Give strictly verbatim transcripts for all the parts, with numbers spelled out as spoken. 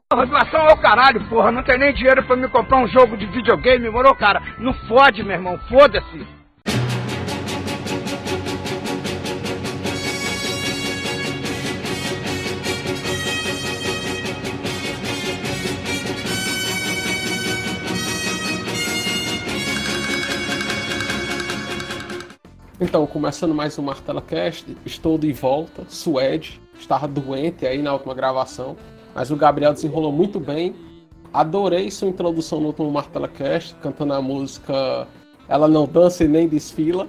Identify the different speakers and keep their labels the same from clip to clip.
Speaker 1: Porra, doação ao caralho, porra. Não tem nem dinheiro pra me comprar um jogo de videogame, moro, cara? Não fode, meu irmão. Foda-se.
Speaker 2: Então, começando mais um MartelaCast, estou de volta, Suede, estava doente aí na última gravação, mas o Gabriel desenrolou muito bem. Adorei sua introdução no último MartelaCast, cantando a música Ela Não Dança e Nem Desfila.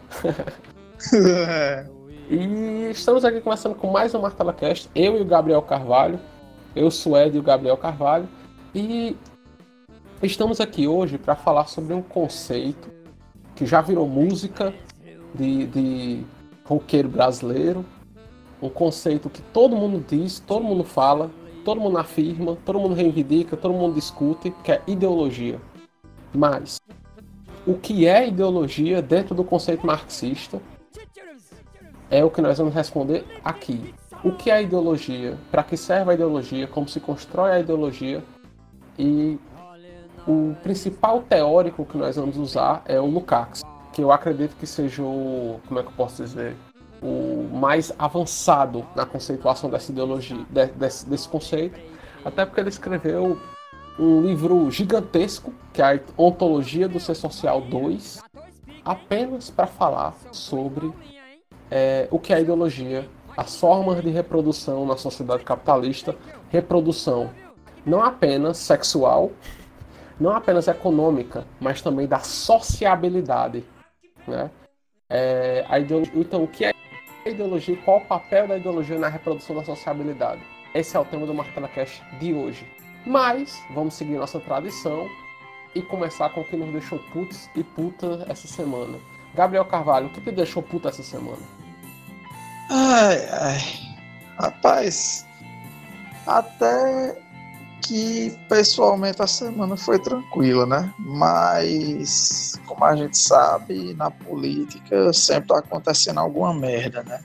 Speaker 2: E estamos aqui começando com mais um MartelaCast, eu e o Gabriel Carvalho, eu, Suede e o Gabriel Carvalho, e estamos aqui hoje para falar sobre um conceito que já virou música De, de roqueiro brasileiro, um conceito que todo mundo diz, todo mundo fala, todo mundo afirma, todo mundo reivindica, todo mundo discute, que é ideologia. Mas o que é ideologia dentro do conceito marxista é o que nós vamos responder aqui. O que é ideologia? Para que serve a ideologia? Como se constrói a ideologia? E o principal teórico que nós vamos usar é o Lukács, que eu acredito que seja o, como é que eu posso dizer, o mais avançado na conceituação dessa ideologia, de, desse, desse conceito, até porque ele escreveu um livro gigantesco, que é a Ontologia do Ser Social dois, apenas para falar sobre é, o que é ideologia, as formas de reprodução na sociedade capitalista, reprodução não apenas sexual, não apenas econômica, mas também da sociabilidade. Né? É, a ideologia, então, o que é a ideologia e qual o papel da ideologia na reprodução da sociabilidade? Esse é o tema do MartelaCast de hoje. Mas vamos seguir nossa tradição e começar com o que nos deixou putos e puta essa semana. Gabriel Carvalho, o que te deixou puta essa semana?
Speaker 3: Ai, ai. Rapaz, até que pessoalmente a semana foi tranquila, né? Mas, como a gente sabe, na política sempre tá acontecendo alguma merda, né?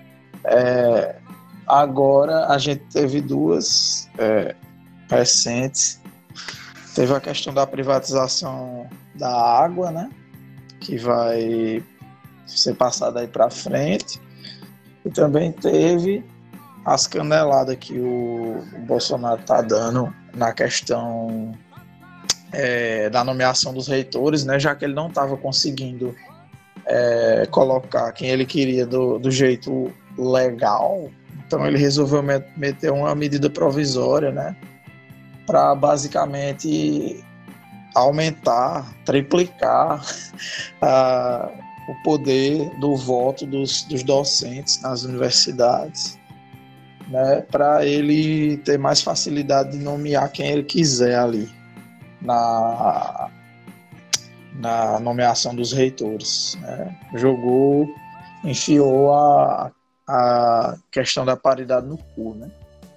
Speaker 3: É, agora a gente teve duas é, recentes. Teve a questão da privatização da água, né? Que vai ser passada aí para frente. E também teve as caneladas que o, o Bolsonaro está dando na questão é, da nomeação dos reitores, né, já que ele não estava conseguindo é, colocar quem ele queria do, do jeito legal, então ele resolveu met- meter uma medida provisória, né, para basicamente aumentar, triplicar a, o poder do voto dos, dos docentes nas universidades, né, para ele ter mais facilidade de nomear quem ele quiser ali na, na nomeação dos reitores, né. Jogou, enfiou a, a questão da paridade no cu, né.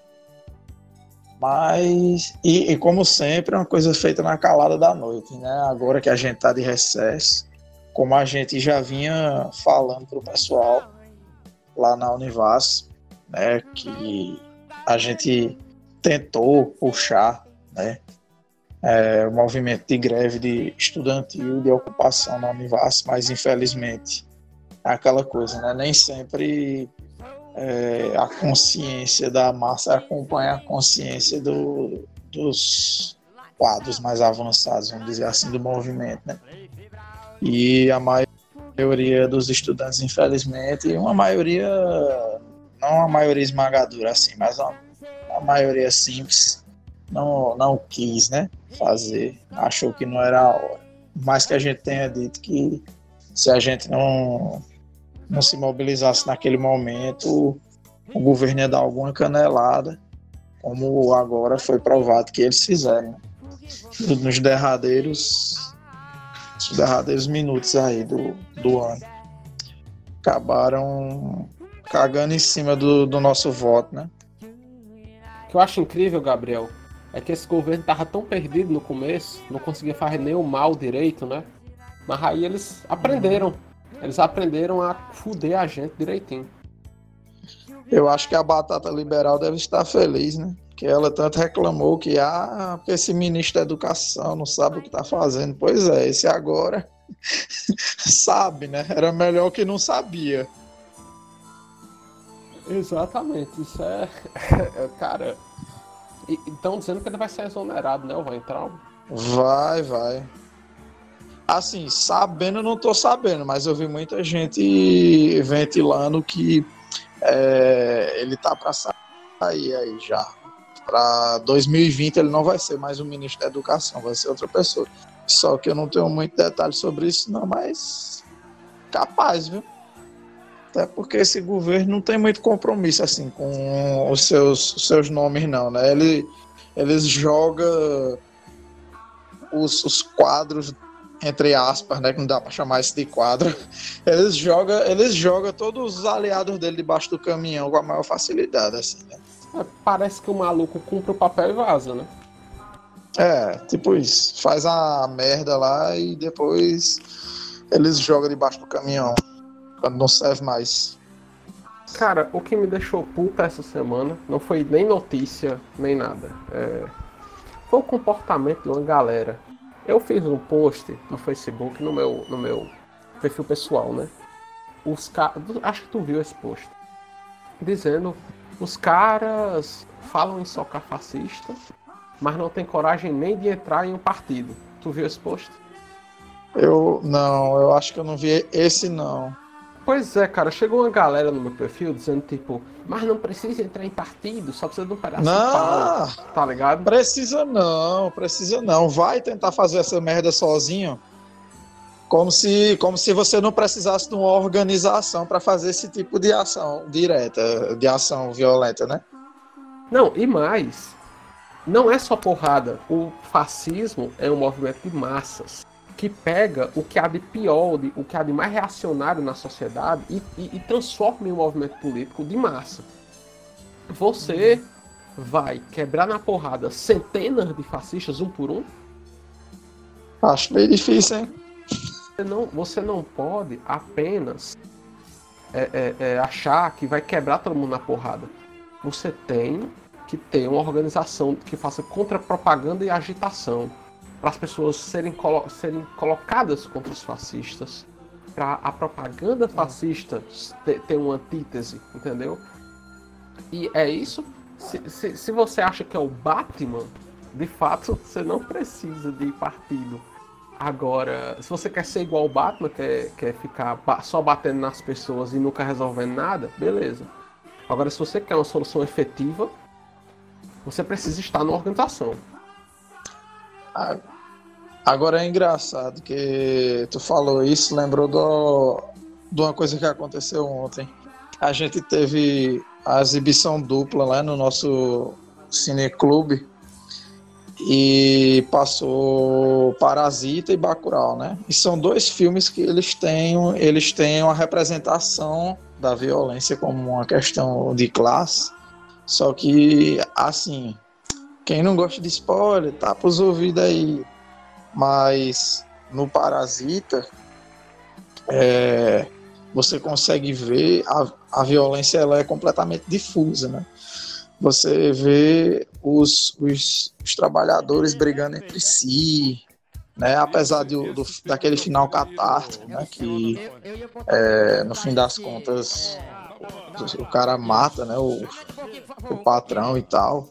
Speaker 3: Mas, e, e como sempre, é uma coisa feita na calada da noite, né, agora que a gente está de recesso, como a gente já vinha falando para o pessoal lá na Univas, né, que a gente tentou puxar, né, é, o movimento de greve de estudantil de ocupação na Univas, mas infelizmente é aquela coisa, né, nem sempre é, a consciência da massa acompanha a consciência do, dos quadros mais avançados, vamos dizer assim, do movimento, né, e a maioria dos estudantes, infelizmente, uma maioria, não a maioria esmagadora assim, mas a, a maioria simples não, não quis, né, fazer, achou que não era a hora. Mais que a gente tenha dito que se a gente não, não se mobilizasse naquele momento, o governo ia dar alguma canelada, como agora foi provado que eles fizeram, né? Nos derradeiros, nos derradeiros minutos aí do, do ano. Acabaram cagando em cima do, do nosso voto, né?
Speaker 2: O que eu acho incrível, Gabriel, é que esse governo tava tão perdido no começo, não conseguia fazer nem o mal direito, né? Mas aí eles aprenderam. Eles aprenderam a fuder a gente direitinho.
Speaker 3: Eu acho que a batata liberal deve estar feliz, né? que ela tanto reclamou que ah, porque esse ministro da Educação não sabe o que está fazendo. Pois é, esse agora sabe, né? Era melhor que não sabia.
Speaker 2: Exatamente, isso é. Cara, estão dizendo que ele vai ser exonerado, né? Ou vai entrar?
Speaker 3: Vai, vai. Assim, sabendo, eu não tô sabendo, mas eu vi muita gente ventilando que é, ele tá para sair aí já. Para dois mil e vinte ele não vai ser mais o ministro da Educação, vai ser outra pessoa. Só que eu não tenho muito detalhe sobre isso, não, mas capaz, viu? Até porque esse governo não tem muito compromisso assim com os seus, os seus nomes, não, né? Ele, eles jogam os, os quadros, entre aspas, né? Que não dá para chamar isso de quadro. Eles jogam, eles jogam todos os aliados dele debaixo do caminhão com a maior facilidade, assim, né?
Speaker 2: É, parece que o maluco cumpre o papel e vaza, né?
Speaker 3: É, tipo isso. Faz a merda lá e depois eles jogam debaixo do caminhão. Quando não serve mais.
Speaker 2: Cara, o que me deixou puta essa semana não foi nem notícia, nem nada. É... Foi o comportamento de uma galera. Eu fiz um post no Facebook, no meu, no meu perfil pessoal, né? Os caras... Acho que tu viu esse post. Dizendo... Os caras falam em socar fascista, mas não tem coragem nem de entrar em um partido. Tu viu esse post?
Speaker 3: Eu... Não, eu acho que eu não vi esse, não.
Speaker 2: Pois é, cara, chegou uma galera no meu perfil dizendo, tipo, mas não precisa entrar em partido, só precisa de um pedaço
Speaker 3: não,
Speaker 2: de pau, tá ligado?
Speaker 3: Precisa não, precisa não. Vai tentar fazer essa merda sozinho, como se, como se você não precisasse de uma organização para fazer esse tipo de ação direta, de ação violenta, né?
Speaker 2: Não, e mais, não é só porrada, o fascismo é um movimento de massas. Que pega o que há de pior, o que há de mais reacionário na sociedade e, e, e transforma em um movimento político de massa. Você vai quebrar na porrada centenas de fascistas, um por um?
Speaker 3: Acho meio difícil, hein?
Speaker 2: Você não, você não pode apenas é, é, é, achar que vai quebrar todo mundo na porrada. Você tem que ter uma organização que faça contra-propaganda e agitação. Para as pessoas serem, colo- serem colocadas contra os fascistas, para a propaganda fascista ter, ter uma antítese, entendeu? E é isso. Se, se, se você acha que é o Batman, de fato, você não precisa de partido. Agora, se você quer ser igual ao Batman, quer, quer ficar ba- só batendo nas pessoas e nunca resolvendo nada, beleza. Agora, se você quer uma solução efetiva, você precisa estar numa organização.
Speaker 3: Ah, agora é engraçado que tu falou isso, lembrou do, de uma coisa que aconteceu ontem. A gente teve a exibição dupla lá no nosso cineclube e passou Parasita e Bacurau, né? E são dois filmes que eles têm, eles têm uma representação da violência como uma questão de classe, só que, assim, quem não gosta de spoiler, tá pros ouvidos aí. Mas no Parasita, é, você consegue ver a, a violência, ela é completamente difusa, né? Você vê os, os, os trabalhadores brigando entre si, né? Apesar de, do, daquele final catártico, né? Que é, no fim das contas o cara mata, né, o, o patrão e tal,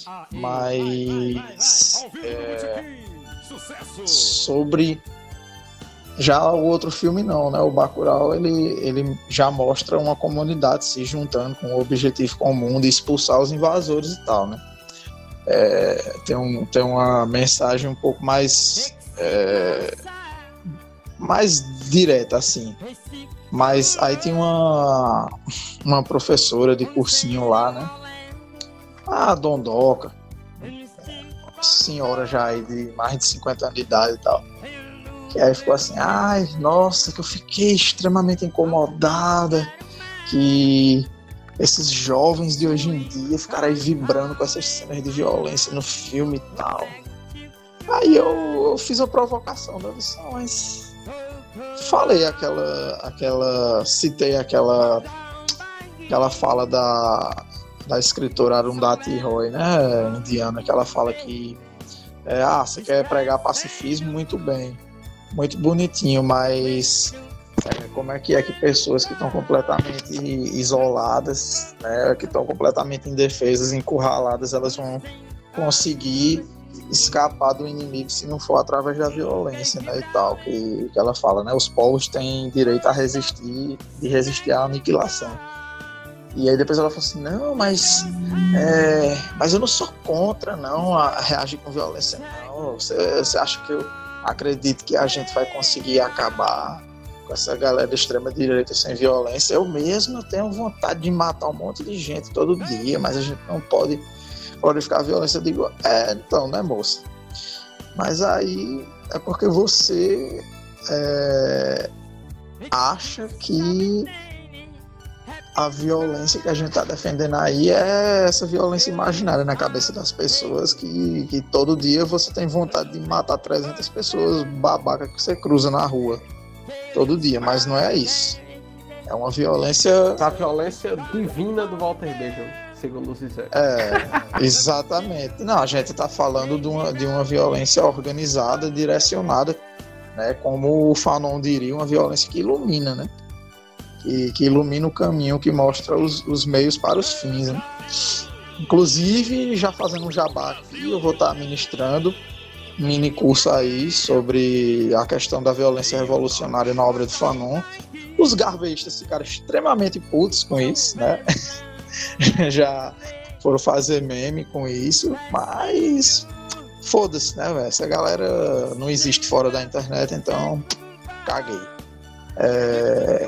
Speaker 3: mas é, sobre já o outro filme não, né, o Bacurau ele, ele já mostra uma comunidade se juntando com o objetivo comum de expulsar os invasores e tal, né. É, tem, um, tem uma mensagem um pouco mais é, mais direta assim. Mas aí tem uma, uma professora de cursinho lá, né? A Dondoca, senhora já aí de mais de cinquenta anos de idade e tal. Que aí ficou assim, ai, nossa, que eu fiquei extremamente incomodada que esses jovens de hoje em dia ficaram aí vibrando com essas cenas de violência no filme e tal. Aí eu, eu fiz a provocação, né? Eu disse, mas... Falei aquela, aquela, citei aquela, aquela fala da da escritora Arundhati Roy, né, indiana, que ela fala que é, ah, você quer pregar pacifismo, muito bem, muito bonitinho, mas é, como é que é que pessoas que estão completamente isoladas, né, que estão completamente indefesas, encurraladas, elas vão conseguir escapar do inimigo se não for através da violência, né, e tal, que, que ela fala, né, os povos têm direito a resistir e resistir à aniquilação. E aí depois ela falou assim, não, mas, é, mas eu não sou contra, não, a, a reagir com violência, não. Você, você acha que eu acredito que a gente vai conseguir acabar com essa galera da extrema-direita sem violência? Eu mesmo tenho vontade de matar um monte de gente todo dia, mas a gente não pode glorificar a violência. Eu digo, é, então, né, moça? Mas aí é porque você é, acha que a violência que a gente está defendendo aí é essa violência imaginária na cabeça das pessoas, que, que todo dia você tem vontade de matar trezentas pessoas babaca que você cruza na rua. Todo dia, mas não é isso. É uma violência...
Speaker 2: A violência divina do Walter Benjamin, segundo o Zizek.
Speaker 3: É, exatamente. Não, a gente está falando de uma, de uma violência organizada, direcionada, né? Como o Fanon diria, uma violência que ilumina, né? Que, que ilumina o caminho, que mostra os, os meios para os fins, né? Inclusive, já fazendo um jabá aqui, eu vou estar ministrando um mini curso aí sobre a questão da violência revolucionária na obra de Fanon. Os garveístas ficaram extremamente putos com isso, né? Já foram fazer meme com isso, mas foda-se, né, velho? Essa galera não existe fora da internet, então caguei. É...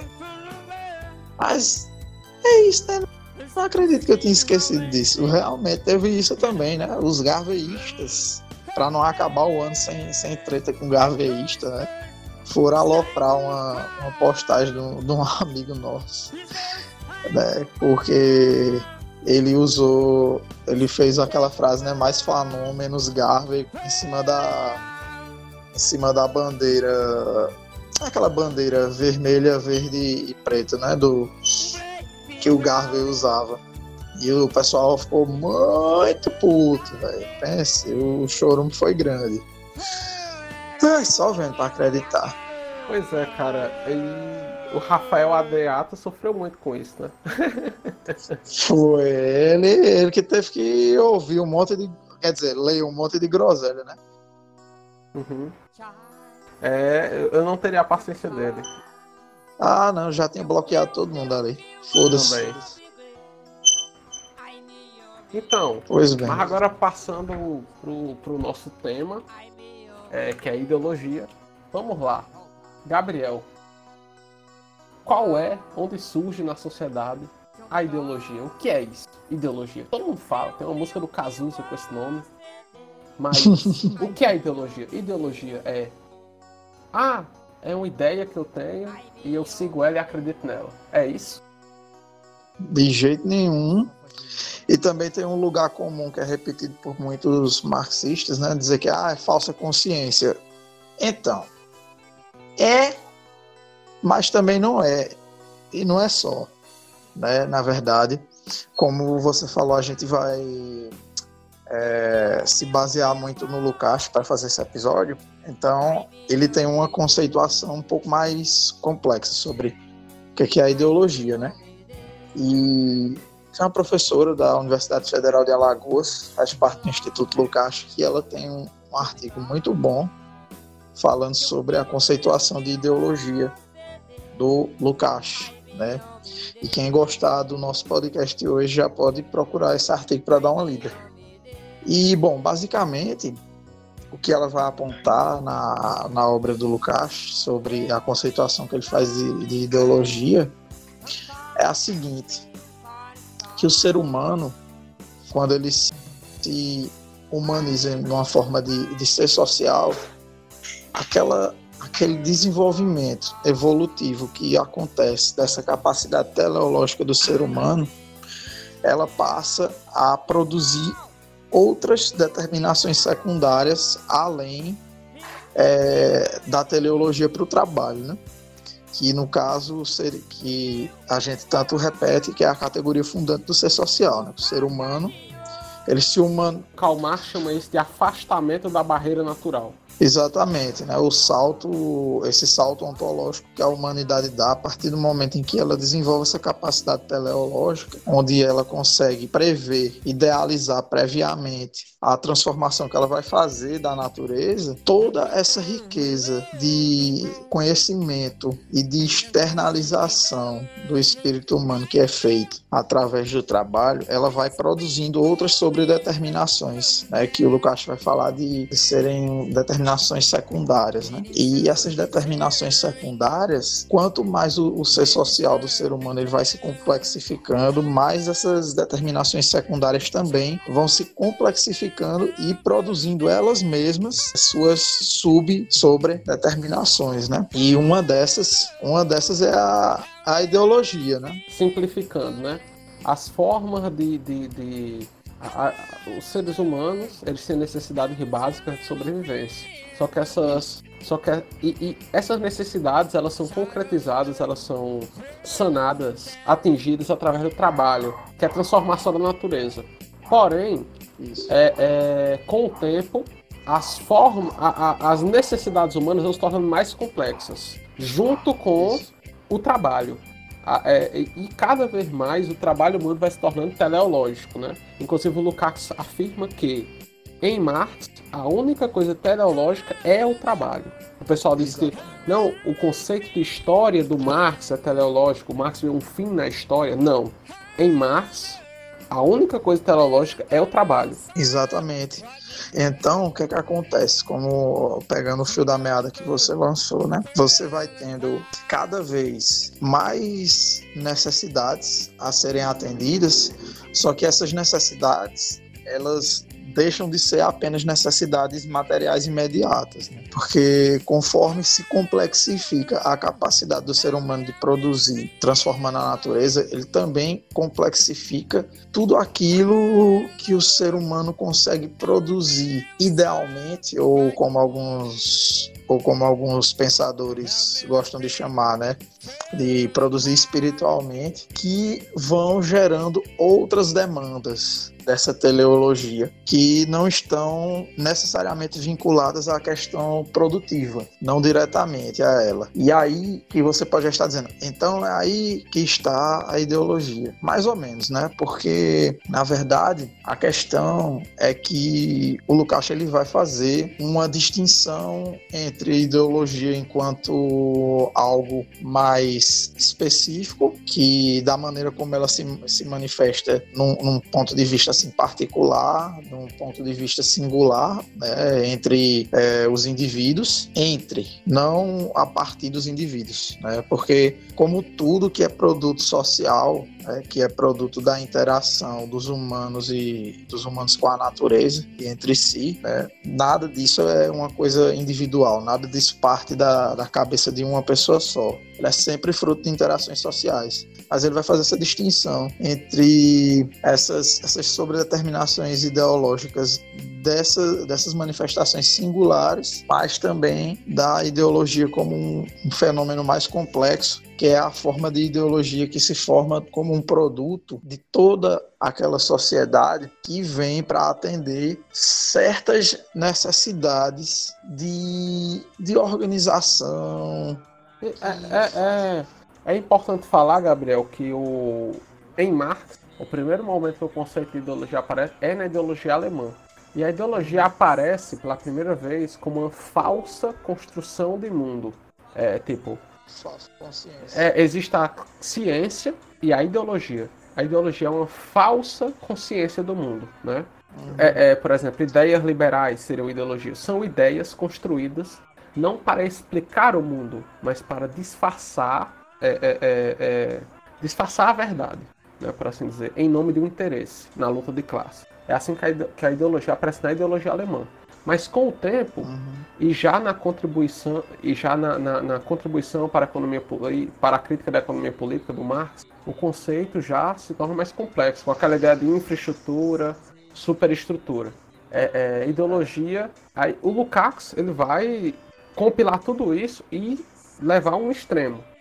Speaker 3: Mas é isso, né? Não acredito que eu tinha esquecido disso. Realmente teve isso também, né? Os garveístas, para não acabar o ano sem, sem treta com garveísta, né? Foram aloprar uma, uma postagem de um, de um amigo nosso, né? Porque ele usou, ele fez aquela frase, né? Mais Fanon, menos Garvey, em cima da, em cima da bandeira. Aquela bandeira vermelha, verde e preta, né? Do, que o Garvey usava. E o pessoal ficou muito puto, velho. Pense, o chorume foi grande. Ai, só vendo pra acreditar.
Speaker 2: Pois é, cara. E o Rafael Adriata sofreu muito com isso, né?
Speaker 3: Foi ele, ele que teve que ouvir um monte de... Quer dizer, ler um monte de groselha, né?
Speaker 2: Uhum. É, eu não teria a paciência dele.
Speaker 3: Ah, não, já tinha bloqueado todo mundo ali. Foda-se.
Speaker 2: Também. Então,
Speaker 3: Pois bem.
Speaker 2: mas agora passando pro, pro nosso tema, é, que é a ideologia. Vamos lá. Gabriel, qual é, onde surge na sociedade a ideologia? O que é isso? Ideologia. Todo mundo fala, tem uma música do Cazuza com esse nome. Mas o que é ideologia? Ideologia é... Ah, é uma ideia que eu tenho e eu sigo ela e acredito nela. É isso?
Speaker 3: De jeito nenhum. E também tem um lugar comum que é repetido por muitos marxistas, né? Dizer que ah, é falsa consciência. Então, é, mas também não é. E não é só, né? Na verdade, como você falou, a gente vai é, se basear muito no Lukács para fazer esse episódio. Então, ele tem uma conceituação um pouco mais complexa sobre o que é a ideologia, né? E é uma professora da Universidade Federal de Alagoas, faz parte do Instituto Lukács, que ela tem um, um artigo muito bom falando sobre a conceituação de ideologia do Lukács, né? E quem gostar do nosso podcast hoje já pode procurar esse artigo para dar uma lida. E, bom, basicamente, o que ela vai apontar na, na obra do Lukács sobre a conceituação que ele faz de, de ideologia é a seguinte, que o ser humano, quando ele se humaniza em uma forma de, de ser social, aquela, aquele desenvolvimento evolutivo que acontece dessa capacidade teleológica do ser humano, ela passa a produzir outras determinações secundárias além é, da teleologia para o trabalho, né? que no caso seria, que a gente tanto repete, que é a categoria fundante do ser social, né? O ser humano, ele se humano...
Speaker 2: Karl Marx chama isso de afastamento da barreira natural.
Speaker 3: Exatamente, né? O salto, esse salto ontológico que a humanidade dá a partir do momento em que ela desenvolve essa capacidade teleológica, onde ela consegue prever, idealizar previamente a transformação que ela vai fazer da natureza, toda essa riqueza de conhecimento e de externalização do espírito humano que é feito através do trabalho, ela vai produzindo outras sobredeterminações, né? Que o Lukács vai falar de, de serem determinações secundárias, né? E essas determinações secundárias, quanto mais o, o ser social do ser humano ele vai se complexificando, mais essas determinações secundárias também vão se complexificando e produzindo elas mesmas suas sub-sobre-determinações, né? E uma dessas, uma dessas é a, a ideologia, né?
Speaker 2: Simplificando, né? As formas de... de, de... A, a, os seres humanos, eles têm necessidades básicas de sobrevivência. Só que essas, só que, e, e essas necessidades, elas são concretizadas, elas são sanadas, atingidas através do trabalho, que é a transformação da natureza. Porém, é, é, com o tempo, as, forma, a, a, as necessidades humanas vão se tornando mais complexas, junto com o trabalho. É, e cada vez mais o trabalho humano vai se tornando teleológico, né? Inclusive o Lukács afirma que em Marx a única coisa teleológica é o trabalho. O pessoal diz que não, o conceito de história do Marx é teleológico, o Marx vê um fim na história. Não. Em Marx a única coisa teleológica é o trabalho.
Speaker 3: Exatamente. Então, o que é que acontece? Como pegando o fio da meada que você lançou, né? Você vai tendo cada vez mais necessidades a serem atendidas, só que essas necessidades, elas deixam de ser apenas necessidades materiais imediatas, né? Porque conforme se complexifica a capacidade do ser humano de produzir, transformando a natureza, ele também complexifica tudo aquilo que o ser humano consegue produzir idealmente, ou como alguns ou como alguns pensadores gostam de chamar, né, de produzir espiritualmente, que vão gerando outras demandas dessa teleologia, que não estão necessariamente vinculadas à questão produtiva, não diretamente a ela. E aí que você pode estar dizendo, então é aí que está a ideologia. Mais ou menos, né? Porque, na verdade, a questão é que o Lukács ele vai fazer uma distinção entre ideologia enquanto algo mais específico, que da maneira como ela se, se manifesta num, num ponto de vista assim, particular, de um ponto de vista singular, né, entre é, os indivíduos, entre, não a partir dos indivíduos, né, porque como tudo que é produto social, é, que é produto da interação dos humanos e dos humanos com a natureza e entre si, né, nada disso é uma coisa individual, nada disso parte da, da cabeça de uma pessoa só. Ele é sempre fruto de interações sociais. Mas ele vai fazer essa distinção entre essas, essas sobredeterminações ideológicas dessa, dessas manifestações singulares, mas também da ideologia como um, um fenômeno mais complexo, que é a forma de ideologia que se forma como um produto de toda aquela sociedade que vem para atender certas necessidades de, de organização.
Speaker 2: É, é, é, é importante falar, Gabriel, que o, em Marx, o primeiro momento que o conceito de ideologia aparece é na ideologia alemã. E a ideologia aparece pela primeira vez como uma falsa construção de mundo. É tipo...
Speaker 3: Falsa consciência.
Speaker 2: É, existe a ciência e a ideologia. A ideologia é uma falsa consciência do mundo, né? Uhum. É, é, por exemplo, ideias liberais seriam ideologias. São ideias construídas não para explicar o mundo, mas para disfarçar, é, é, é, é, disfarçar a verdade, né, por assim dizer, em nome de um interesse na luta de classe. É assim que a, que a ideologia aparece na ideologia alemã. Mas com o tempo, uhum. e já na contribuição, e já na, na, na contribuição para a, economia, para a crítica da economia política do Marx, o conceito já se torna mais complexo, com aquela ideia de infraestrutura, superestrutura. É, é, ideologia, aí, o Lukács ele vai compilar tudo isso e levar a um extremo.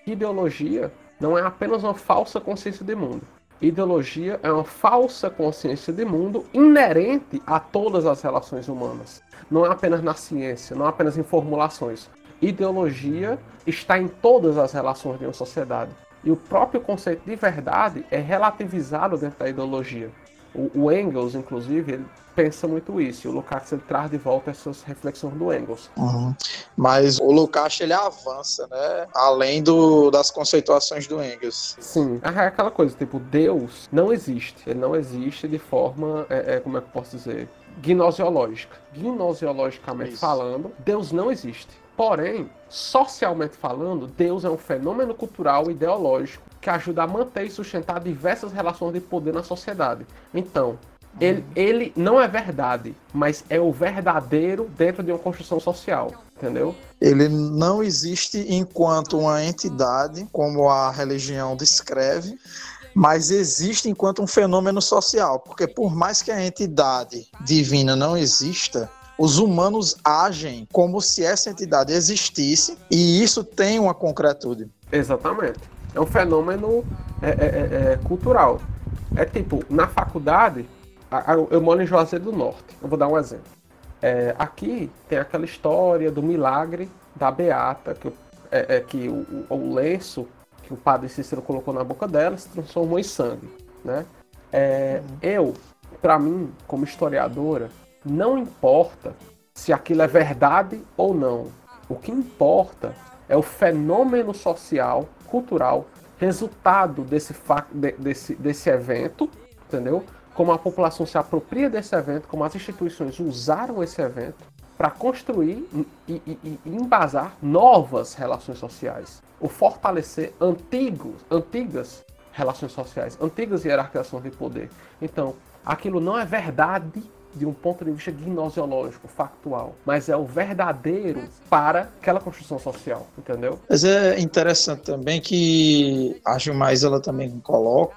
Speaker 2: ideologia não é apenas uma falsa consciência de mundo. Ideologia é uma falsa consciência de mundo inerente a todas as relações humanas. Não é apenas na ciência, não é apenas em formulações. Ideologia está em todas as relações de uma sociedade. E o próprio conceito de verdade é relativizado dentro da ideologia. O, o Engels, inclusive, ele pensa muito isso. E o Lukács ele traz de volta essas reflexões do Engels.
Speaker 3: Uhum. Mas o Lukács ele avança, né? Além do, das conceituações do Engels.
Speaker 2: Sim. É aquela coisa, tipo, Deus não existe. Ele não existe de forma, é, é, como é que eu posso dizer, gnosiológica. Gnosiologicamente isso. falando, Deus não existe. Porém, socialmente falando, Deus é um fenômeno cultural e ideológico que ajuda a manter e sustentar diversas relações de poder na sociedade. Então, ele, ele não é verdade, mas é o verdadeiro dentro de uma construção social, entendeu?
Speaker 3: Ele não existe enquanto uma entidade, como a religião descreve, mas existe enquanto um fenômeno social, porque por mais que a entidade divina não exista, os humanos agem como se essa entidade existisse e isso tem uma concretude.
Speaker 2: Exatamente. É um fenômeno é, é, é, cultural. É tipo, na faculdade, eu moro em Juazeiro do Norte. Eu vou dar um exemplo. É, aqui tem aquela história do milagre da Beata, que, é, é, que o, o lenço que o padre Cícero colocou na boca dela se transformou em sangue, né? É, uhum. Eu, para mim, como historiadora, não importa se aquilo é verdade ou não. O que importa é o fenômeno social, cultural, resultado desse, fa- de, desse, desse evento, entendeu? Como a população se apropria desse evento, como as instituições usaram esse evento para construir e, e, e embasar novas relações sociais. Ou fortalecer antigos, antigas relações sociais, antigas hierarquizações de poder. Então, aquilo não é verdade de um ponto de vista gnosiológico, factual, mas é o verdadeiro para aquela construção social, entendeu?
Speaker 3: Mas é interessante também que a Gilmais ela também coloca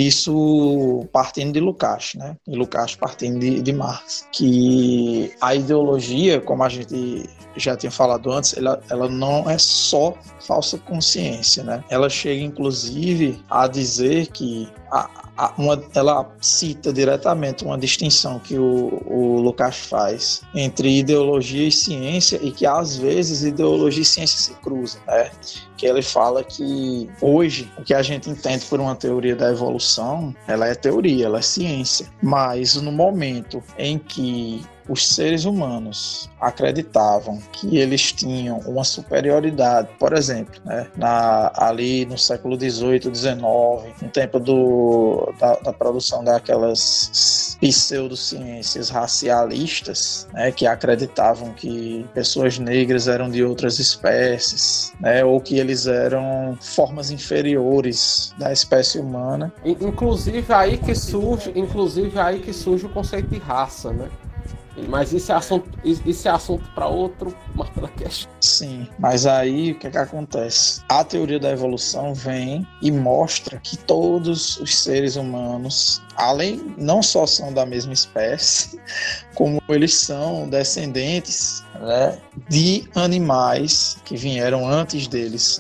Speaker 3: isso partindo de Lukács, né? E Lukács partindo de, de Marx, que a ideologia, como a gente já tinha falado antes, ela, ela não é só falsa consciência, né? Ela chega inclusive a dizer que a, Uma, ela cita diretamente uma distinção que o, o Lukács faz entre ideologia e ciência e que às vezes ideologia e ciência se cruzam, né? Que ele fala que hoje o que a gente entende por uma teoria da evolução, ela é teoria, ela é ciência, mas no momento em que os seres humanos acreditavam que eles tinham uma superioridade, por exemplo, né, na, ali no século dezoito, dezenove, no tempo do, da, da produção daquelas pseudociências racialistas, né, que acreditavam que pessoas negras eram de outras espécies, né, ou que eles eram formas inferiores da espécie humana.
Speaker 2: Inclusive aí que surge, inclusive aí que surge o conceito de raça, né? Mas isso é assunto, isso é assunto para outro MartelaCast.
Speaker 3: Sim, mas aí o que, é que acontece? A teoria da evolução vem e mostra que todos os seres humanos, além, não só são da mesma espécie, como eles são descendentes, né, de animais que vieram antes deles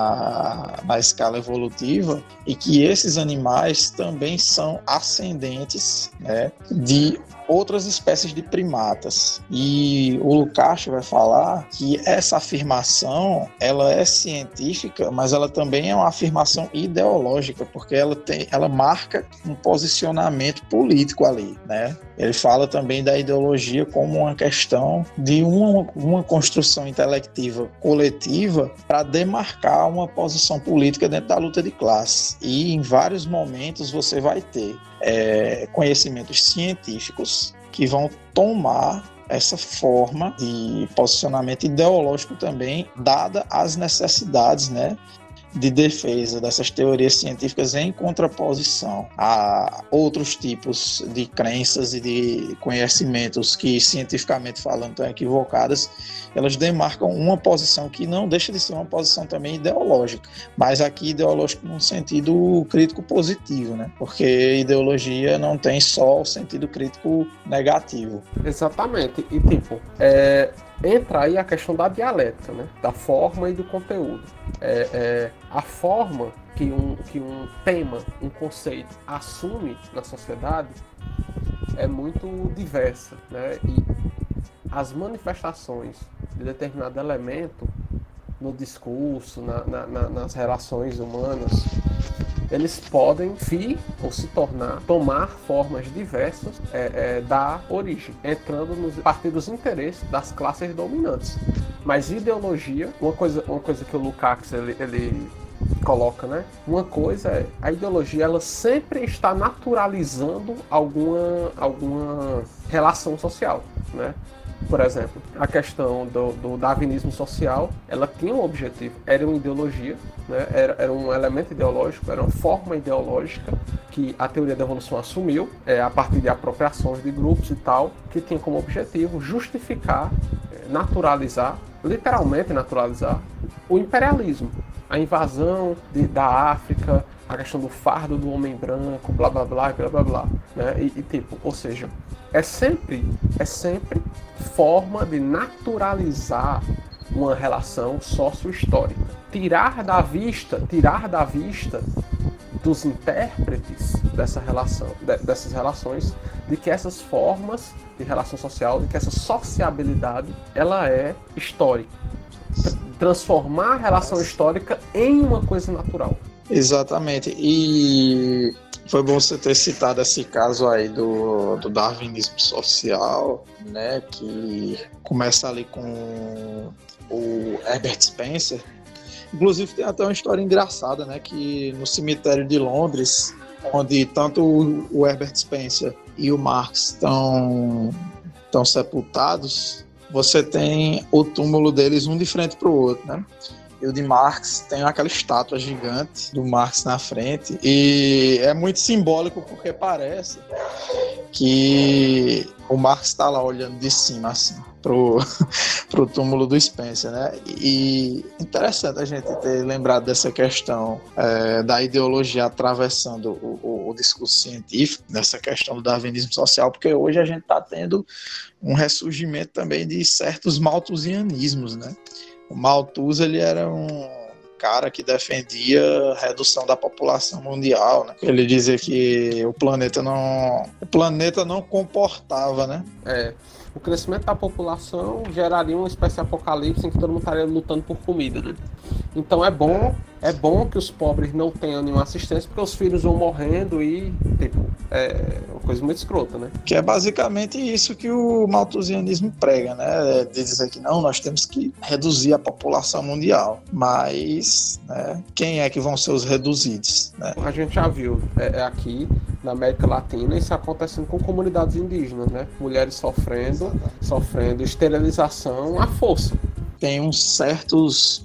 Speaker 3: na, na escala evolutiva e que esses animais também são ascendentes, né, de outras espécies de primatas. E o Lukács vai falar que essa afirmação, ela é científica, mas ela também é uma afirmação ideológica, porque ela, tem, ela marca um posicionamento político ali, né? Ele fala também da ideologia como uma questão de uma, uma construção intelectiva coletiva para demarcar uma posição política dentro da luta de classes. E em vários momentos você vai ter é, conhecimentos científicos que vão tomar essa forma de posicionamento ideológico também, dada as necessidades, né, de defesa dessas teorias científicas em contraposição a outros tipos de crenças e de conhecimentos que, cientificamente falando, estão equivocadas. Elas demarcam uma posição que não deixa de ser uma posição também ideológica, mas aqui ideológico num sentido crítico positivo, né? Porque ideologia não tem só o sentido crítico negativo.
Speaker 2: Exatamente. E tipo, é... entra aí a questão da dialética, né? Da forma e do conteúdo. É, é, a forma que um, que um tema, um conceito assume na sociedade é muito diversa, né? E as manifestações de determinado elemento no discurso, na, na, na, nas relações humanas, eles podem vir ou se tornar, tomar formas diversas é, é, da origem, entrando nos, a partir dos interesses das classes dominantes. Mas ideologia, uma coisa, uma coisa que o Lukács ele, ele coloca, né? Uma coisa é, a ideologia ela sempre está naturalizando alguma, alguma relação social, né? Por exemplo, a questão do, do darwinismo social, ela tinha um objetivo, era uma ideologia, né? era, era um elemento ideológico, era uma forma ideológica que a teoria da evolução assumiu, é, a partir de apropriações de grupos e tal, que tinha como objetivo justificar, naturalizar, literalmente naturalizar, o imperialismo, a invasão de, da África, a questão do fardo do homem branco, blá blá blá, blá blá blá, né? E, e tipo, ou seja, é sempre, é sempre forma de naturalizar uma relação sócio-histórica. Tirar da vista, tirar da vista dos intérpretes dessa relação, de, dessas relações, de que essas formas de relação social, de que essa sociabilidade, ela é histórica. Transformar a relação histórica em uma coisa natural.
Speaker 3: Exatamente. E foi bom você ter citado esse caso aí do, do darwinismo social, né, que começa ali com o Herbert Spencer. Inclusive tem até uma história engraçada, né, que no cemitério de Londres, onde tanto o Herbert Spencer e o Marx estão, estão sepultados, você tem o túmulo deles um de frente para o outro, né? E o de Marx tem aquela estátua gigante do Marx na frente. E é muito simbólico porque parece que o Marx está lá olhando de cima, assim, pro, pro túmulo do Spencer, né? E interessante a gente ter lembrado dessa questão é, da ideologia atravessando o, o, o discurso científico, nessa questão do darwinismo social, porque hoje a gente está tendo um ressurgimento também de certos malthusianismos, né? O Malthus, ele era um cara que defendia a redução da população mundial, né? Ele dizia que o planeta não, o planeta não comportava, né?
Speaker 2: É, o crescimento da população geraria uma espécie de apocalipse em que todo mundo estaria lutando por comida, né? Então é bom, é bom que os pobres não tenham nenhuma assistência, porque os filhos vão morrendo e, tipo, é uma coisa muito escrota, né?
Speaker 3: Que é basicamente isso que o malthusianismo prega, né? De dizer que não, nós temos que reduzir a população mundial. Mas, né, quem é que vão ser os reduzidos, né?
Speaker 2: A gente já viu é, aqui na América Latina isso acontecendo com comunidades indígenas, né? Mulheres sofrendo, sofrendo esterilização à força.
Speaker 3: Tem uns certos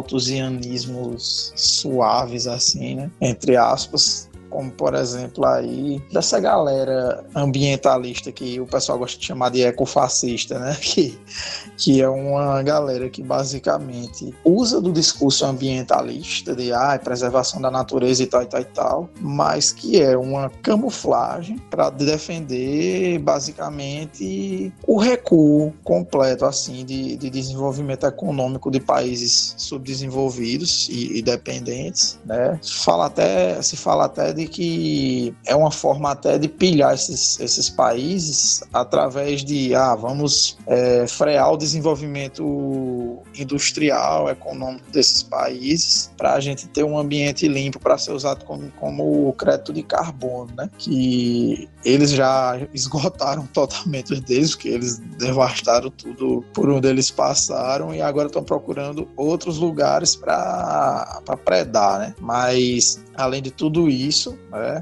Speaker 3: malthusianismos suaves, assim, né? Entre aspas, como, por exemplo, aí, dessa galera ambientalista que o pessoal gosta de chamar de ecofascista, né? Que, que é uma galera que basicamente usa do discurso ambientalista de ah, preservação da natureza e tal e tal e tal, mas que é uma camuflagem para defender basicamente o recuo completo, assim, de, de desenvolvimento econômico de países subdesenvolvidos e, e dependentes, né? Fala até, se fala até de que é uma forma até de pilhar esses, esses países através de, ah, vamos é, frear o desenvolvimento industrial, econômico desses países para a gente ter um ambiente limpo para ser usado como, como crédito de carbono, né? Que eles já esgotaram totalmente os deles, porque eles devastaram tudo por onde eles passaram e agora estão procurando outros lugares para predar, né? Mas, além de tudo isso, né,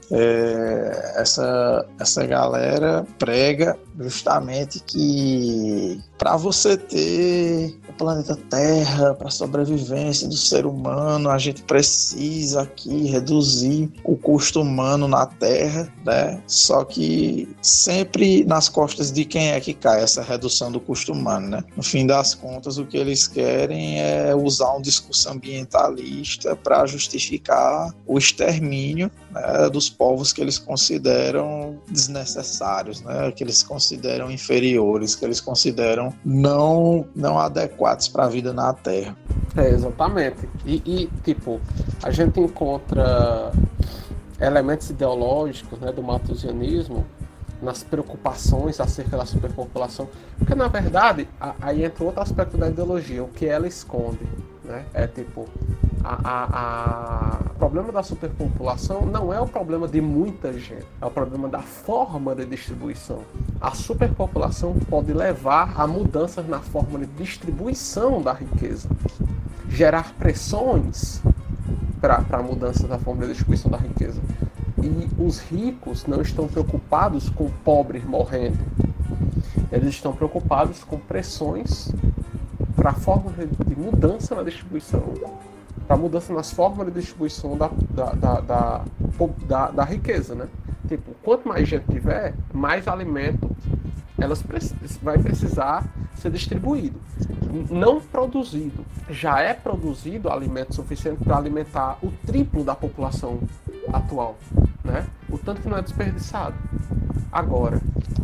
Speaker 3: é, essa, essa galera prega justamente que para você ter o planeta Terra, para a sobrevivência do ser humano, a gente precisa aqui reduzir o custo humano na Terra, né? Só que sempre nas costas de quem é que cai essa redução do custo humano, né? No fim das contas, o que eles querem é usar um discurso ambientalista para justificar o extermínio, né, dos povos que eles consideram desnecessários, né, que eles consideram inferiores, que eles consideram não, não adequados para a vida na Terra.
Speaker 2: É, exatamente. E, e, tipo, a gente encontra elementos ideológicos, né, do malthusianismo nas preocupações acerca da superpopulação, porque na verdade a, aí entra outro aspecto da ideologia, o que ela esconde, né? É tipo, a, a, a... o problema da superpopulação não é o problema de muita gente, é o problema da forma de distribuição. A superpopulação pode levar a mudanças na forma de distribuição da riqueza, gerar pressões para a mudança da forma de distribuição da riqueza. E os ricos não estão preocupados com pobres morrendo. Eles estão preocupados com pressões para a forma de mudança na distribuição, para mudança nas formas de distribuição da, da, da, da, da, da riqueza, né? Tipo, quanto mais gente tiver, mais alimento elas vai precisar ser distribuído. Não produzido. Já é produzido alimento suficiente para alimentar o triplo da população atual, né? O tanto que não é desperdiçado. Agora,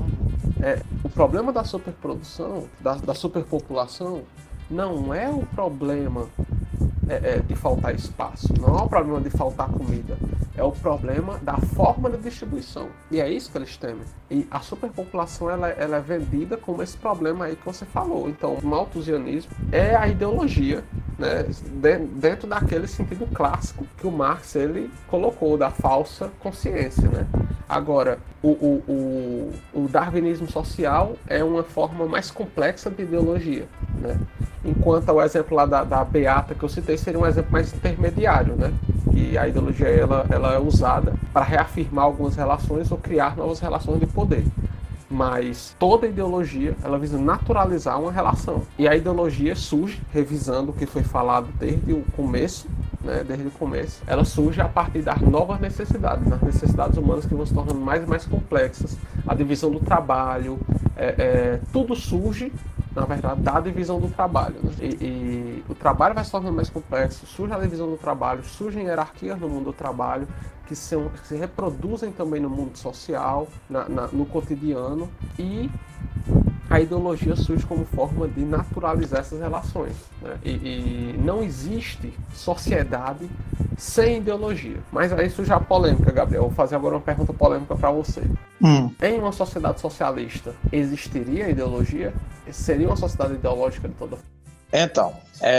Speaker 2: é, o problema da superprodução, da, da superpopulação, não é o problema é, é, de faltar espaço, não é o problema de faltar comida, é o problema da forma de distribuição. E é isso que eles temem. E a superpopulação ela, ela é vendida como esse problema aí que você falou. Então, o malthusianismo é a ideologia, né, dentro daquele sentido clássico que o Marx ele colocou, da falsa consciência, né? Agora, o, o, o, o darwinismo social é uma forma mais complexa de ideologia, né? Enquanto o exemplo lá da, da Beata que eu citei seria um exemplo mais intermediário, né? Que a ideologia ela, ela é usada para reafirmar algumas relações ou criar novas relações de poder. Mas toda ideologia, ela visa naturalizar uma relação. E a ideologia surge, revisando o que foi falado desde o começo, né, desde o começo, ela surge a partir das novas necessidades, das necessidades humanas que vão se tornando mais e mais complexas. A divisão do trabalho, é, é, tudo surge, na verdade, da divisão do trabalho, né? E, e o trabalho vai se tornando mais complexo, surge a divisão do trabalho, surgem hierarquias no mundo do trabalho, que, são, que se reproduzem também no mundo social, na, na, no cotidiano, e a ideologia surge como forma de naturalizar essas relações, né? E, e não existe sociedade sem ideologia. Mas aí surge a polêmica, Gabriel. Vou fazer agora uma pergunta polêmica para você.
Speaker 3: Hum.
Speaker 2: Em uma sociedade socialista, existiria ideologia? Seria uma sociedade ideológica de toda forma?
Speaker 3: Então,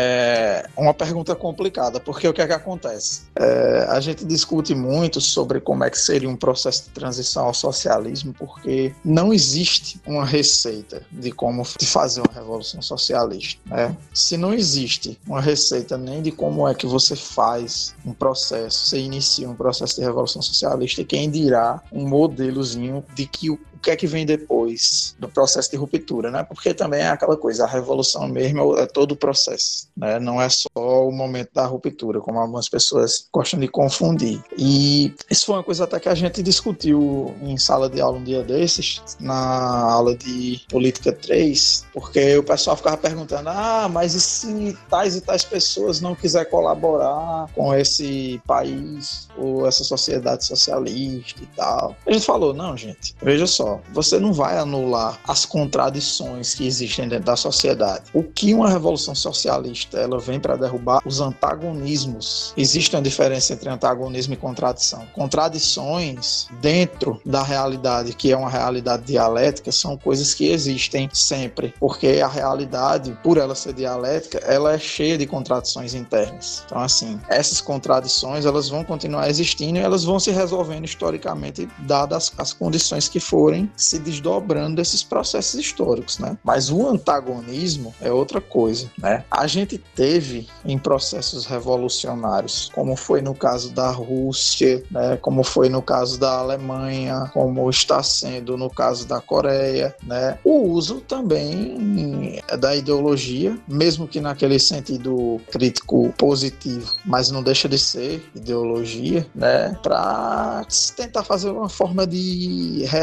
Speaker 3: é uma pergunta complicada, porque o que é que acontece? É, a gente discute muito sobre como é que seria um processo de transição ao socialismo, porque não existe uma receita de como de fazer uma revolução socialista, né? Se não existe uma receita nem de como é que você faz um processo, você inicia um processo de revolução socialista, quem dirá um modelozinho de que o O que é que vem depois do processo de ruptura, né? Porque também é aquela coisa, a revolução mesmo é todo o processo, né? Não é só o momento da ruptura, como algumas pessoas gostam de confundir. E isso foi uma coisa até que a gente discutiu em sala de aula um dia desses, na aula de Política três, porque o pessoal ficava perguntando, ah, mas e se tais e tais pessoas não quiser colaborar com esse país ou essa sociedade socialista e tal? A gente falou, não, gente, veja só, você não vai anular as contradições que existem dentro da sociedade. O que uma revolução socialista ela vem para derrubar os antagonismos. Existe uma diferença entre antagonismo e contradição. Contradições dentro da realidade, que é uma realidade dialética, são coisas que existem sempre, porque a realidade, por ela ser dialética, ela é cheia de contradições internas. Então, assim, essas contradições elas vão continuar existindo e elas vão se resolvendo historicamente, dadas as condições que forem se desdobrando desses processos históricos, né? Mas o antagonismo é outra coisa, né? A gente teve em processos revolucionários, como foi no caso da Rússia, né? Como foi no caso da Alemanha, como está sendo no caso da Coreia, né? O uso também da ideologia, mesmo que naquele sentido crítico positivo, mas não deixa de ser ideologia, né? Para tentar fazer uma forma de reeducação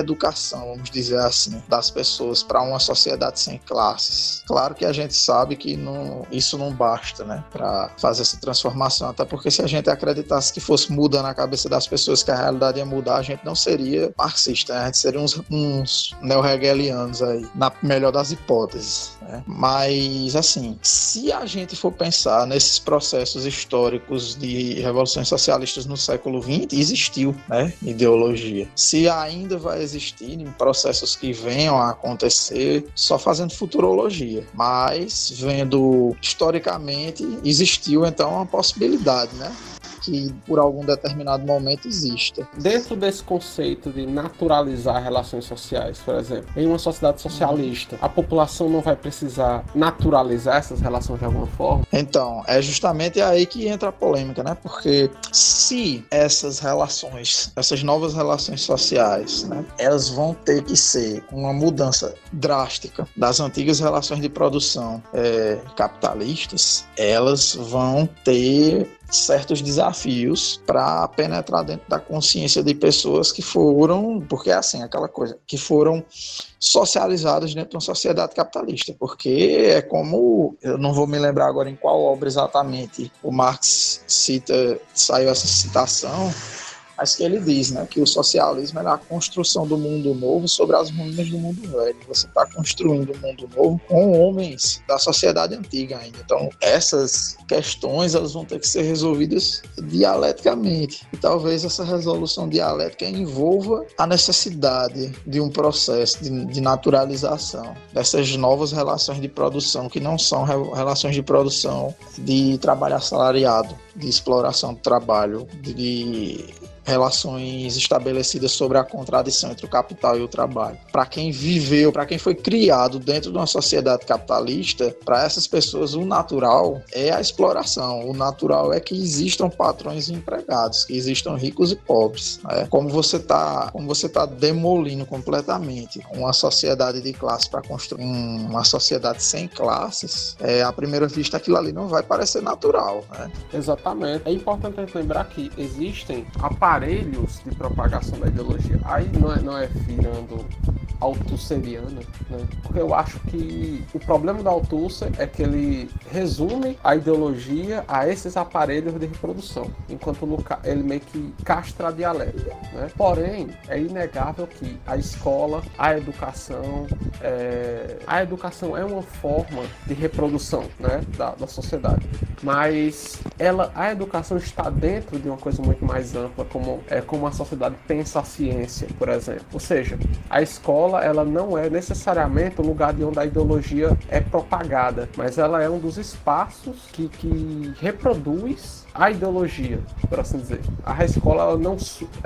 Speaker 3: transformação, vamos dizer assim, das pessoas para uma sociedade sem classes. Claro que a gente sabe que não, isso não basta, né, para fazer essa transformação, até porque se a gente acreditasse que fosse mudando a cabeça das pessoas que a realidade ia mudar, a gente não seria marxista, né? A gente seria uns, uns neo-hegelianos aí, na melhor das hipóteses, né? Mas, assim, se a gente for pensar nesses processos históricos de revoluções socialistas no século vinte, existiu, né, ideologia. Se ainda vai existir em processos que venham a acontecer, só fazendo futurologia, mas vendo historicamente, existiu então uma possibilidade, né, que por algum determinado momento exista.
Speaker 2: Dentro desse conceito de naturalizar relações sociais, por exemplo, em uma sociedade socialista, a população não vai precisar naturalizar essas relações de alguma forma?
Speaker 3: Então, é justamente aí que entra a polêmica, né? Porque se essas relações, essas novas relações sociais, né, elas vão ter que ser uma mudança drástica das antigas relações de produção é, capitalistas, elas vão ter certos desafios para penetrar dentro da consciência de pessoas que foram, porque é assim, aquela coisa, que foram socializadas dentro de uma sociedade capitalista, porque é como, eu não vou me lembrar agora em qual obra exatamente o Marx cita, saiu essa citação, mas que ele diz, né, que o socialismo é a construção do mundo novo sobre as ruínas do mundo velho. Você está construindo um mundo novo com homens da sociedade antiga ainda. Então, essas questões elas vão ter que ser resolvidas dialeticamente. E talvez essa resolução dialética envolva a necessidade de um processo de, de naturalização dessas novas relações de produção, que não são re- relações de produção de trabalho assalariado, de exploração do trabalho, de, de relações estabelecidas sobre a contradição entre o capital e o trabalho. Para quem viveu, para quem foi criado dentro de uma sociedade capitalista, para essas pessoas o natural é a exploração. O natural é que existam patrões empregados, que existam ricos e pobres, né? Como você está como você tá demolindo completamente uma sociedade de classe para construir uma sociedade sem classes, é, à primeira vista aquilo ali não vai parecer natural, né?
Speaker 2: Exatamente. É importante a gente lembrar que existem aparelhos de propagação da ideologia. Aí não é, não é virando altusseriana, né? Porque eu acho que o problema da Althusser é que ele resume a ideologia a esses aparelhos de reprodução, enquanto no, ele meio que castra a dialética, né? Porém, é inegável que a escola, a educação, é, a educação é uma forma de reprodução, né, da, da sociedade, mas ela, a educação está dentro de uma coisa muito mais ampla, como, é, como a sociedade pensa a ciência, por exemplo. Ou seja, a escola ela não é necessariamente o lugar de onde a ideologia é propagada, mas ela é um dos espaços que, que reproduz a ideologia, por assim dizer. A escola, ela não,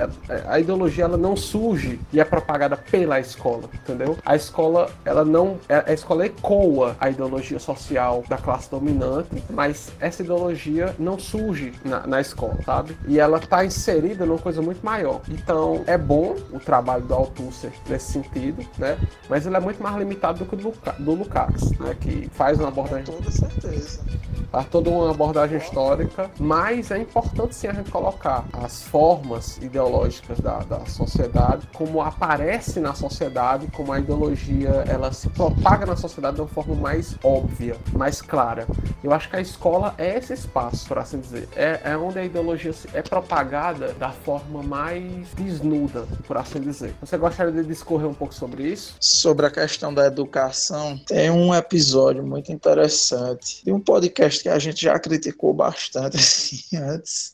Speaker 2: a ideologia ela não surge e é propagada pela escola, entendeu? A escola, ela não, a escola ecoa a ideologia social da classe dominante, mas essa ideologia não surge na, na escola, sabe? E ela está inserida numa coisa muito maior. Então, é bom o trabalho do Althusser nesse sentido, né? Mas ele é muito mais limitado do que o do, do Lukács, né? Que faz uma abordagem...
Speaker 3: Com toda certeza.
Speaker 2: Faz toda uma abordagem histórica, mas é importante sim a gente colocar as formas ideológicas da, da sociedade, como aparece na sociedade, como a ideologia ela se propaga na sociedade de uma forma mais óbvia, mais clara. Eu acho que a escola é esse espaço, por assim dizer. É, é onde a ideologia é propagada da forma mais desnuda, por assim dizer. Você gostaria de discorrer um pouco sobre isso?
Speaker 3: Sobre a questão da educação, tem um episódio muito interessante de um podcast que a gente já criticou bastante assim, antes,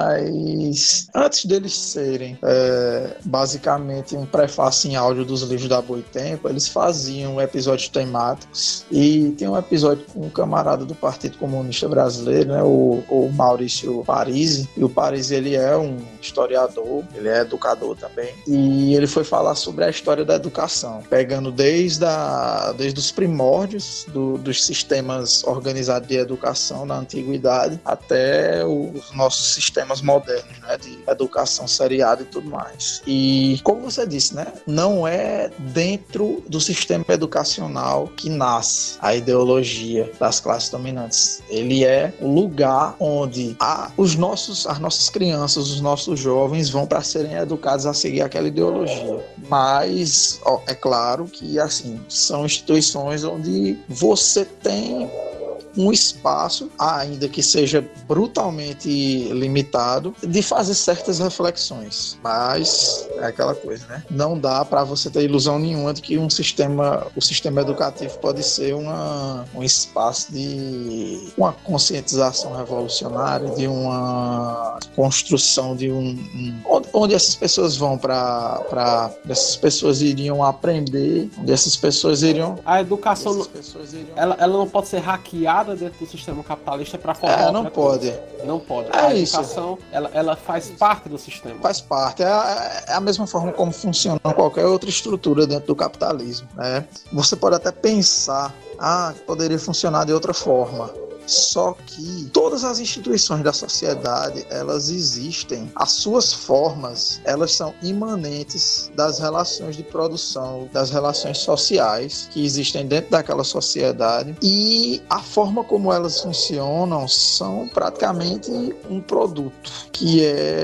Speaker 3: mas antes deles serem é, basicamente um prefácio em áudio dos livros da Boitempo, eles faziam episódios temáticos, e tem um episódio com um camarada do Partido Comunista Brasileiro, né, o, o Maurício Parisi, e o Parisi ele é um historiador, ele é educador também, e ele foi falar sobre a história da educação, pegando desde, a, desde os primórdios do, dos sistemas organizados de educação educação na antiguidade até os nossos sistemas modernos, né, de educação seriada e tudo mais. E como você disse, né, não é dentro do sistema educacional que nasce a ideologia das classes dominantes. Ele é o lugar onde a, os nossos, as nossas crianças, os nossos jovens vão para serem educados a seguir aquela ideologia. Mas ó, é claro que assim são instituições onde você tem um espaço, ainda que seja brutalmente limitado, de fazer certas reflexões. Mas é aquela coisa, né? Não dá para você ter ilusão nenhuma de que um sistema, o sistema educativo pode ser uma, um espaço de uma conscientização revolucionária, de uma construção de um... um onde, onde essas pessoas vão para... essas pessoas iriam aprender, onde essas pessoas iriam...
Speaker 2: A educação,
Speaker 3: pessoas iriam...
Speaker 2: Ela, ela não pode ser hackeada dentro do sistema capitalista para formar
Speaker 3: é,
Speaker 2: outra
Speaker 3: não pode.
Speaker 2: coisa. Não pode.
Speaker 3: É
Speaker 2: a
Speaker 3: isso.
Speaker 2: educação, ela, ela faz parte do sistema.
Speaker 3: Faz parte. É a, é a mesma forma como funciona qualquer outra estrutura dentro do capitalismo, né? Você pode até pensar, ah, poderia funcionar de outra forma. Só que todas as instituições da sociedade, elas existem, as suas formas, elas são imanentes das relações de produção, das relações sociais que existem dentro daquela sociedade, e a forma como elas funcionam são praticamente um produto que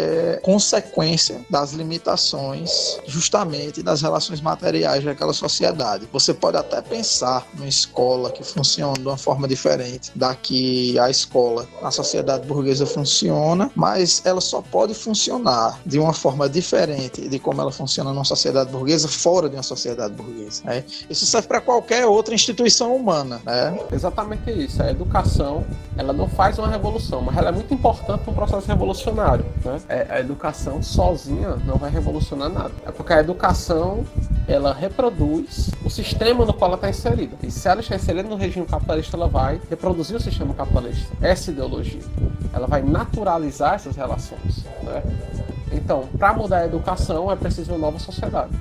Speaker 3: é consequência das limitações justamente das relações materiais daquela sociedade. Você pode até pensar numa escola que funciona de uma forma diferente daqui que a escola na sociedade burguesa funciona, mas ela só pode funcionar de uma forma diferente de como ela funciona numa sociedade burguesa fora de uma sociedade burguesa, né? Isso serve para qualquer outra instituição humana, né?
Speaker 2: Exatamente isso. A educação, ela não faz uma revolução, mas ela é muito importante para um processo revolucionário, né? A educação sozinha não vai revolucionar nada. É porque a educação, ela reproduz o sistema no qual ela está inserida. E se ela está inserida no regime capitalista, ela vai reproduzir o sistema capitalista. Essa ideologia, ela vai naturalizar essas relações, né? Então, para mudar a educação, é preciso uma nova sociedade.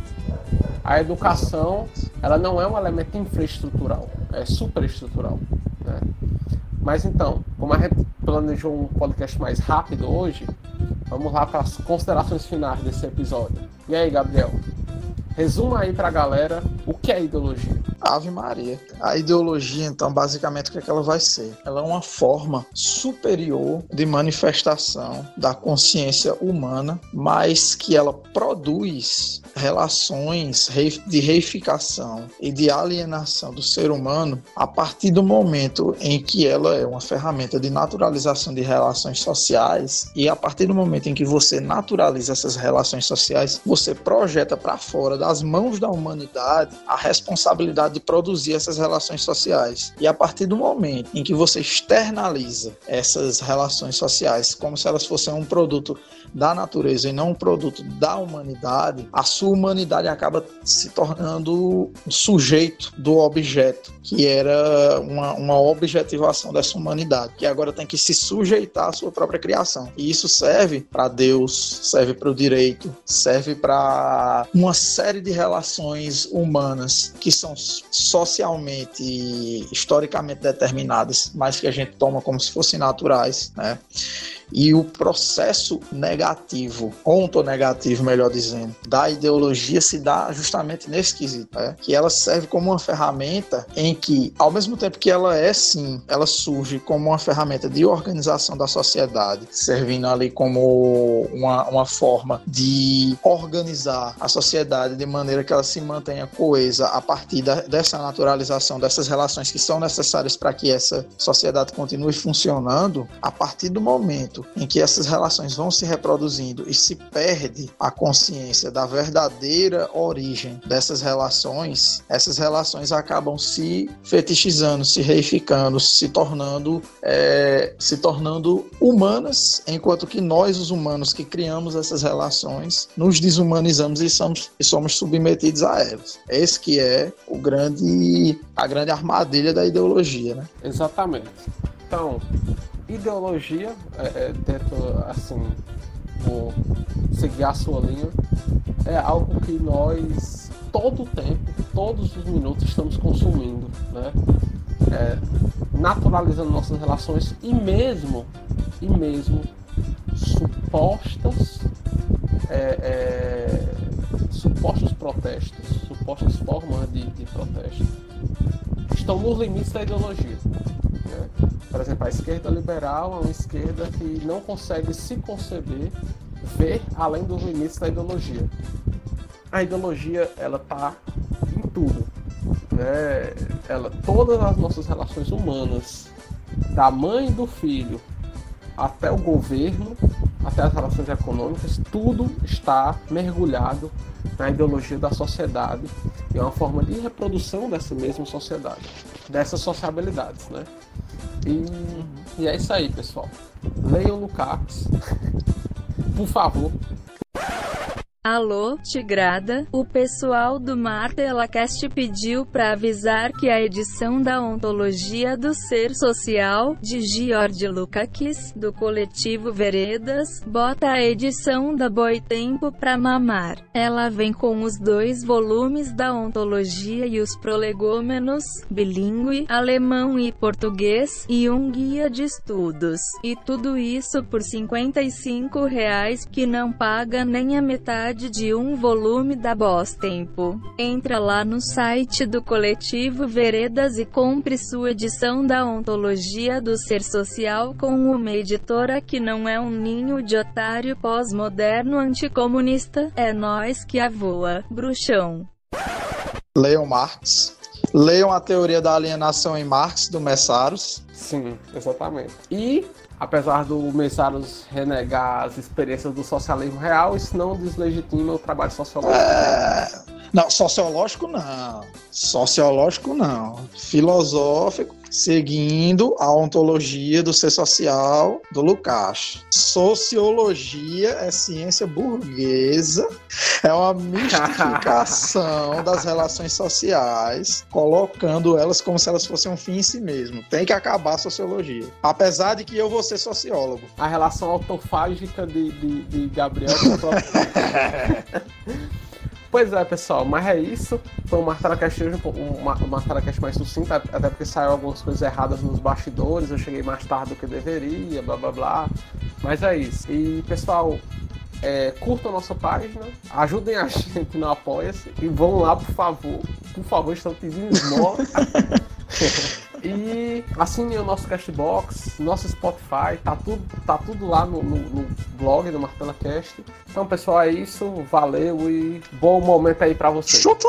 Speaker 2: A educação, ela não é um elemento infraestrutural, é superestrutural, né? Mas então, como a gente planejou um podcast mais rápido hoje, vamos lá para as considerações finais desse episódio. E aí, Gabriel? Resuma aí pra galera o que é ideologia.
Speaker 3: Ave Maria. A ideologia, então, basicamente, o que é que ela vai ser? Ela é uma forma superior de manifestação da consciência humana, mas que ela produz relações de reificação e de alienação do ser humano a partir do momento em que ela é uma ferramenta de naturalização de relações sociais, e a partir do momento em que você naturaliza essas relações sociais, você projeta para fora das mãos da humanidade a responsabilidade de produzir essas relações sociais. E a partir do momento em que você externaliza essas relações sociais como se elas fossem um produto da natureza e não um produto da humanidade, a sua humanidade acaba se tornando um sujeito do objeto, que era uma, uma objetivação dessa humanidade, que agora tem que se sujeitar à sua própria criação. E isso serve para Deus, serve para o direito, serve para uma série de relações humanas que são socialmente e historicamente determinadas, mas que a gente toma como se fossem naturais, né? E o processo negativo, ontonegativo, melhor dizendo, da ideologia se dá justamente nesse quesito, né? Que ela serve como uma ferramenta em que, ao mesmo tempo que ela é, sim, ela surge como uma ferramenta de organização da sociedade, servindo ali como uma, uma forma de organizar a sociedade de maneira que ela se mantenha coesa a partir da, dessa naturalização, dessas relações que são necessárias para que essa sociedade continue funcionando. A partir do momento em que essas relações vão se reproduzindo e se perde a consciência da verdadeira origem dessas relações, essas relações acabam se fetichizando, se reificando, se tornando, é, se tornando humanas, enquanto que nós, os humanos que criamos essas relações, nos desumanizamos e somos, e somos submetidos a elas. Esse que é o grande, a grande armadilha da ideologia, né?
Speaker 2: Exatamente. Então, ideologia, é, é, dentro, assim, vou seguir a sua linha, é algo que nós, todo o tempo, todos os minutos, estamos consumindo, né? É, naturalizando nossas relações e mesmo, e mesmo supostas, é, é, supostos protestos, supostas formas de, de protesto, estão nos limites da ideologia. Né? Por exemplo, a esquerda liberal é uma esquerda que não consegue se conceber, ver além dos limites da ideologia. A ideologia, ela está em tudo. Né? Ela, todas as nossas relações humanas, da mãe e do filho até o governo, até as relações econômicas, tudo está mergulhado na ideologia da sociedade e é uma forma de reprodução dessa mesma sociedade, dessas sociabilidades, né? E, e é isso aí, pessoal. Leiam Lukács, por favor.
Speaker 4: Alô, Tigrada, o pessoal do MartelaCast pediu para avisar que a edição da Ontologia do Ser Social, de George Lukács, do coletivo Veredas, bota a edição da Boitempo pra mamar. Ela vem com os dois volumes da Ontologia e os prolegômenos, bilíngue, alemão e português, e um guia de estudos. E tudo isso por cinquenta e cinco reais, que não paga nem a metade de um volume da Boitempo. Entra lá no site do coletivo Veredas e compre sua edição da Ontologia do Ser Social com uma editora que não é um ninho de otário pós-moderno anticomunista. É nós que a voa, bruxão.
Speaker 3: Leiam Marx. Leiam a teoria da alienação em Marx, do Messaros.
Speaker 2: Sim, exatamente. E apesar do Messaros renegar as experiências do socialismo real, isso não deslegitima o trabalho sociológico.
Speaker 3: É... Não, sociológico não. Sociológico não. Filosófico, seguindo a ontologia do ser social do Lukács. Sociologia é ciência burguesa, é uma mistificação das relações sociais, colocando elas como se elas fossem um fim em si mesmo. Tem que acabar a sociologia. Apesar de que eu vou ser sociólogo.
Speaker 2: A relação autofágica de, de, de Gabriel com Pois é, pessoal, mas é isso. Foi um MartelaCast hoje, um MartelaCast mais sucinto, até porque saiu algumas coisas erradas nos bastidores, eu cheguei mais tarde do que deveria, blá blá blá. Mas é isso. E, pessoal, é, curtam a nossa página, ajudem a gente no Apoia-se e vão lá, por favor. Por favor, estão pedindo esmola. E assinem o nosso Castbox, nosso Spotify, tá tudo, tá tudo lá no, no, no blog do MartelaCast. Então, pessoal, é isso. Valeu e bom momento aí pra vocês.
Speaker 3: Chuta!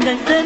Speaker 5: engancando